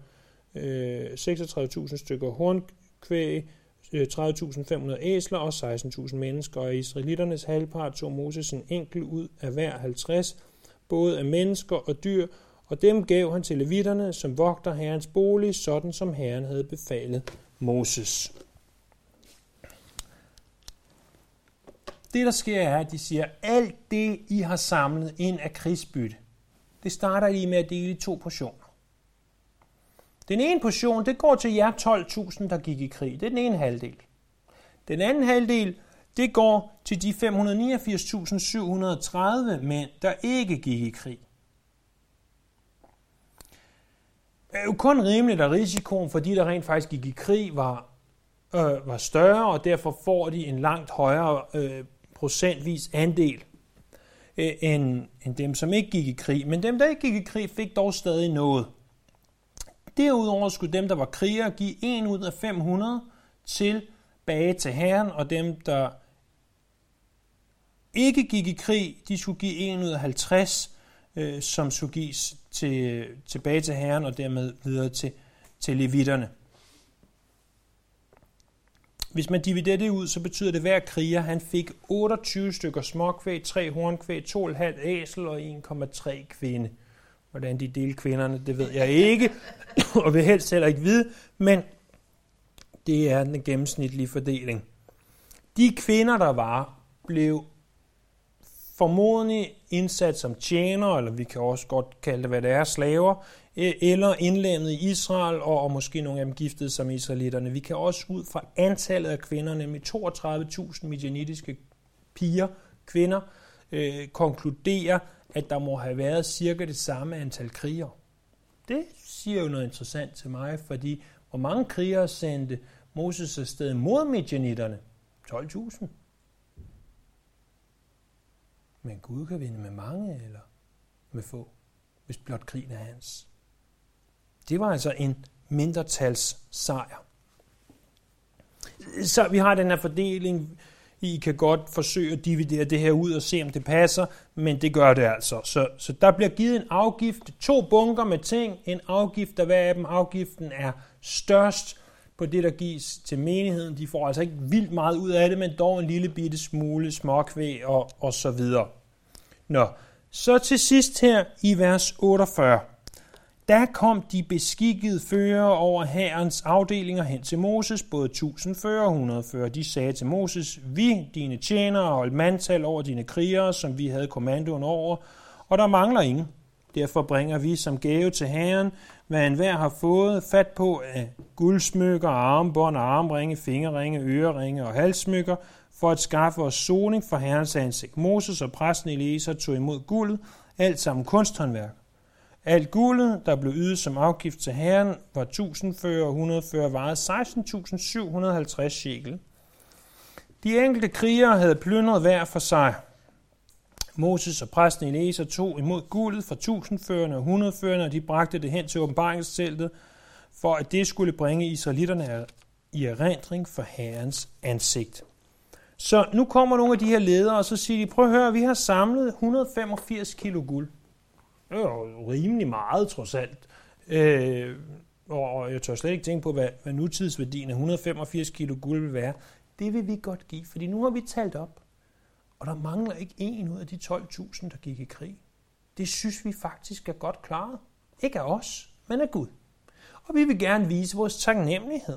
36.000 stykker hornkvæg, 30.500 æsler og 16.000 mennesker. Og israelitternes halvpart tog Moses en enkelt ud af hver 50, både af mennesker og dyr, og dem gav han til levitterne, som vogter herrens bolig, sådan som herren havde befalet Moses. Det, der sker, er, at de siger, alt det, I har samlet ind af krigsbytte, det starter I med at dele i 2 portioner. Den ene portion, det går til jer 12.000, der gik i krig. Det er den ene halvdel. Den anden halvdel, det går til de 589.730 mænd, der ikke gik i krig. Det er jo kun rimeligt, at risikoen for de, der rent faktisk gik i krig, var større, og derfor får de en langt højere procentvis andel end dem, som ikke gik i krig. Men dem, der ikke gik i krig, fik dog stadig noget. Derudover skulle dem, der var krigere, give 1 ud af 500 tilbage til herren, og dem, der ikke gik i krig, de skulle give 1 ud af 50, som skulle gives tilbage til herren, og dermed videre til levitterne. Hvis man dividerer det ud, så betyder det, at hver kriger han fik 28 stykker småkvæg, 3 hornkvæg, 2,5 æsel og 1,3 kvinde. Hvordan de delte kvinderne, det ved jeg ikke, og vil helst heller ikke vide, men det er den gennemsnitlige fordeling. De kvinder, der var, blev formodentlig indsat som tjenere, eller vi kan også godt kalde det, hvad det er, slaver, eller indlemmet i Israel, og måske nogle af dem giftede som israelitterne. Vi kan også ud fra antallet af kvinder, nemlig 32.000 midianitiske piger, kvinder, konkludere, at der må have været cirka det samme antal krigere. Det siger jo noget interessant til mig, fordi hvor mange krigere sendte Moses afsted mod midianitterne? 12.000. Men Gud kan vinde med mange eller med få, hvis blot krigen er hans. Det var altså en mindretals sejr. Så vi har den her fordeling. I kan godt forsøge at dividere det her ud og se, om det passer, men det gør det altså. Så der bliver givet en afgift, 2 bunker med ting, en afgift, der hver af dem afgiften er størst på det, der gives til menigheden. De får altså ikke vildt meget ud af det, men dog en lille bitte smule småkvæg og så videre. Nå, så til sidst her i vers 48. Da kom de beskikkede førere over hærens afdelinger hen til Moses, både 1000 førere og 100 førere. De sagde til Moses, vi, dine tjenere, har holdt mandtal over dine krigere, som vi havde kommandoen over, og der mangler ingen. Derfor bringer vi som gave til Herren, hvad enhver har fået fat på af guldsmykker, armbånd, armringe, fingerringe, øreringe og halssmykker, for at skaffe os soning for Herrens ansigt. Moses og præsten Eliezer tog imod guldet, alt sammen kunsthåndværk. Alt guldet, der blev ydet som afgift til Herren, var 1000 fører og 100 fører, vejede 16.750 shekel. De enkelte krigere havde plyndret hver for sig. Moses og præsten Eliezer tog imod guldet fra 1000 førerne og 100 førerne, og de bragte det hen til åbenbaringsteltet, for at det skulle bringe israelitterne i erindring for Herrens ansigt. Så nu kommer nogle af de her ledere, og så siger de, prøv at høre, vi har samlet 185 kilo guld. Det er jo rimelig meget, trods alt. Og jeg tør slet ikke tænke på, hvad nutidsværdien af 185 kilo guld vil være. Det vil vi godt give, fordi nu har vi talt op. Og der mangler ikke en ud af de 12.000, der gik i krig. Det synes vi faktisk er godt klaret. Ikke af os, men af Gud. Og vi vil gerne vise vores taknemmelighed.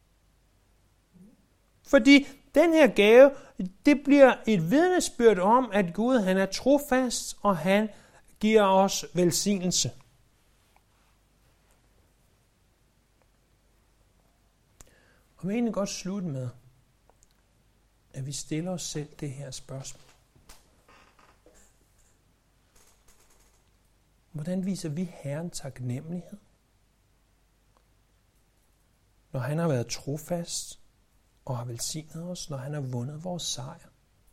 Fordi den her gave, det bliver et vidnesbyrd om, at Gud han er trofast, og han giver os velsignelse. Og jeg vil egentlig godt slutte med, at vi stiller os selv det her spørgsmål. Hvordan viser vi Herren taknemmelighed? Når han har været trofast og har velsignet os, når han har vundet vores sejr.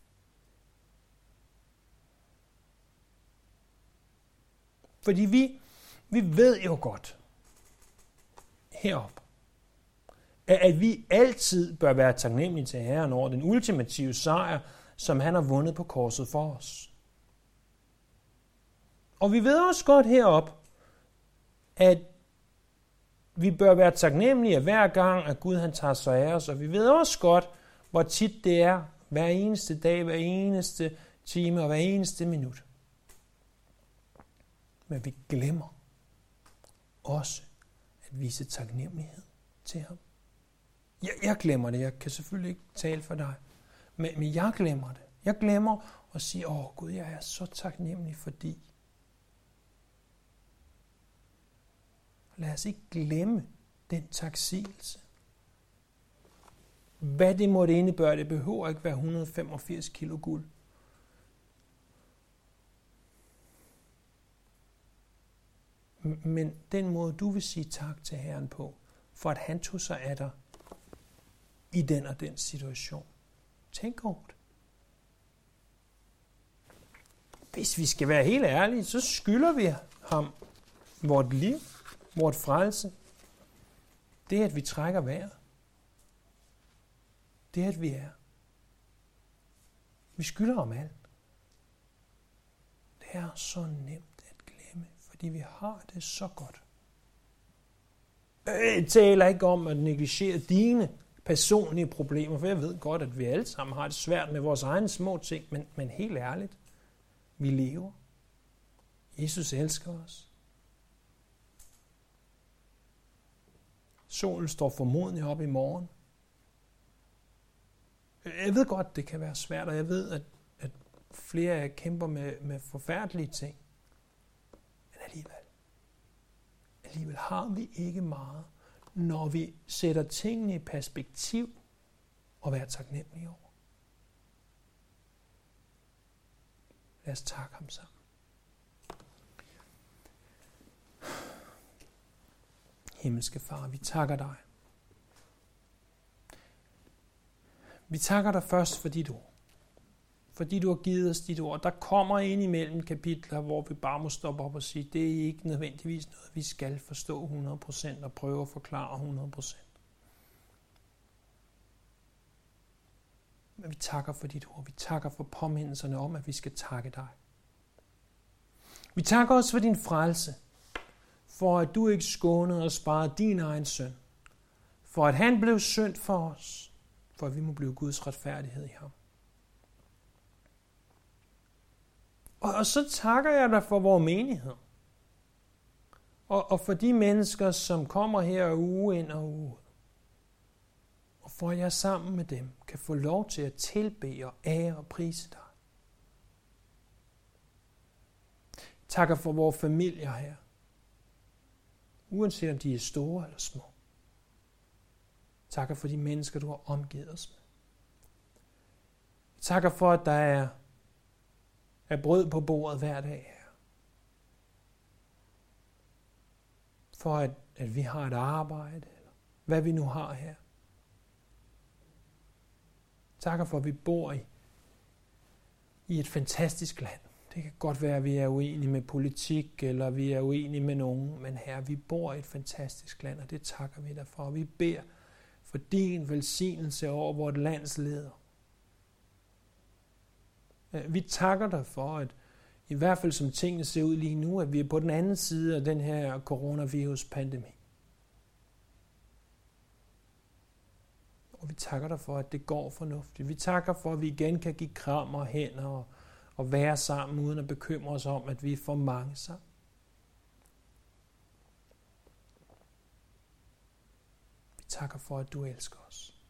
Fordi vi ved jo godt heroppe, at vi altid bør være taknemmelige til Herren over den ultimative sejr, som han har vundet på korset for os. Og vi ved også godt heroppe, at vi bør være taknemmelige hver gang, at Gud han tager sig af os. Og vi ved også godt, hvor tit det er, hver eneste dag, hver eneste time og hver eneste minut. Men vi glemmer også at vise taknemmelighed til ham. Jeg glemmer det. Jeg kan selvfølgelig ikke tale for dig. Men jeg glemmer det. Jeg glemmer at sige, Gud, jeg er så taknemmelig, fordi. Lad os ikke glemme den taksigelse. Hvad det måtte indebære, det behøver ikke være 185 kilo guld. Men den måde, du vil sige tak til Herren på, for at han tog sig af dig i den og den situation. Tænk over det. Hvis vi skal være helt ærlige, så skylder vi ham vort liv, vort frelse. Det at vi trækker vejret. Det at vi er. Vi skylder ham alt. Det er så nemt at glemme, fordi vi har det så godt. Jeg taler ikke om at negligere dine personlige problemer, for jeg ved godt, at vi alle sammen har det svært med vores egne små ting, men helt ærligt, vi lever. Jesus elsker os. Solen står formodentlig op i morgen. Jeg ved godt, det kan være svært, og jeg ved, at flere af jer kæmper med forfærdelige ting. Men alligevel har vi ikke meget, når vi sætter tingene i perspektiv og være taknemmelige over. Lad os takke ham sammen. Himmelske Far, vi takker dig. Vi takker dig først for dit ord. Fordi du har givet os dit ord. Der kommer ind imellem kapitler, hvor vi bare må stoppe op og sige, det er ikke nødvendigvis noget, vi skal forstå 100% og prøve at forklare 100%. Men vi takker for dit ord. Vi takker for påmindelserne om, at vi skal takke dig. Vi takker også for din frelse. For at du ikke skånede og sparede din egen søn. For at han blev synd for os. For at vi må blive Guds retfærdighed i ham. Og så takker jeg dig for vores menighed. Og for de mennesker, som kommer her uge ind og uge ud, og for at jeg sammen med dem kan få lov til at tilbede og ære og prise dig. Takker for vores familier her, uanset om de er store eller små. Takker for de mennesker, du har omgivet os med. Takker for, at der er brød på bordet hver dag her. For at vi har et arbejde, eller hvad vi nu har her. Takker for, at vi bor i et fantastisk land. Det kan godt være, at vi er uenige med politik, eller vi er uenige med nogen, men Herre, vi bor i et fantastisk land, og det takker vi dig for. Vi beder for din velsignelse over vores lands leder. Vi takker dig for, at i hvert fald som tingene ser ud lige nu, at vi er på den anden side af den her coronavirus-pandemi. Og vi takker dig for, at det går fornuftigt. Vi takker for, at vi igen kan give kram og hænder og være sammen, uden at bekymre os om, at vi er for mange sammen. Vi takker for, at du elsker os.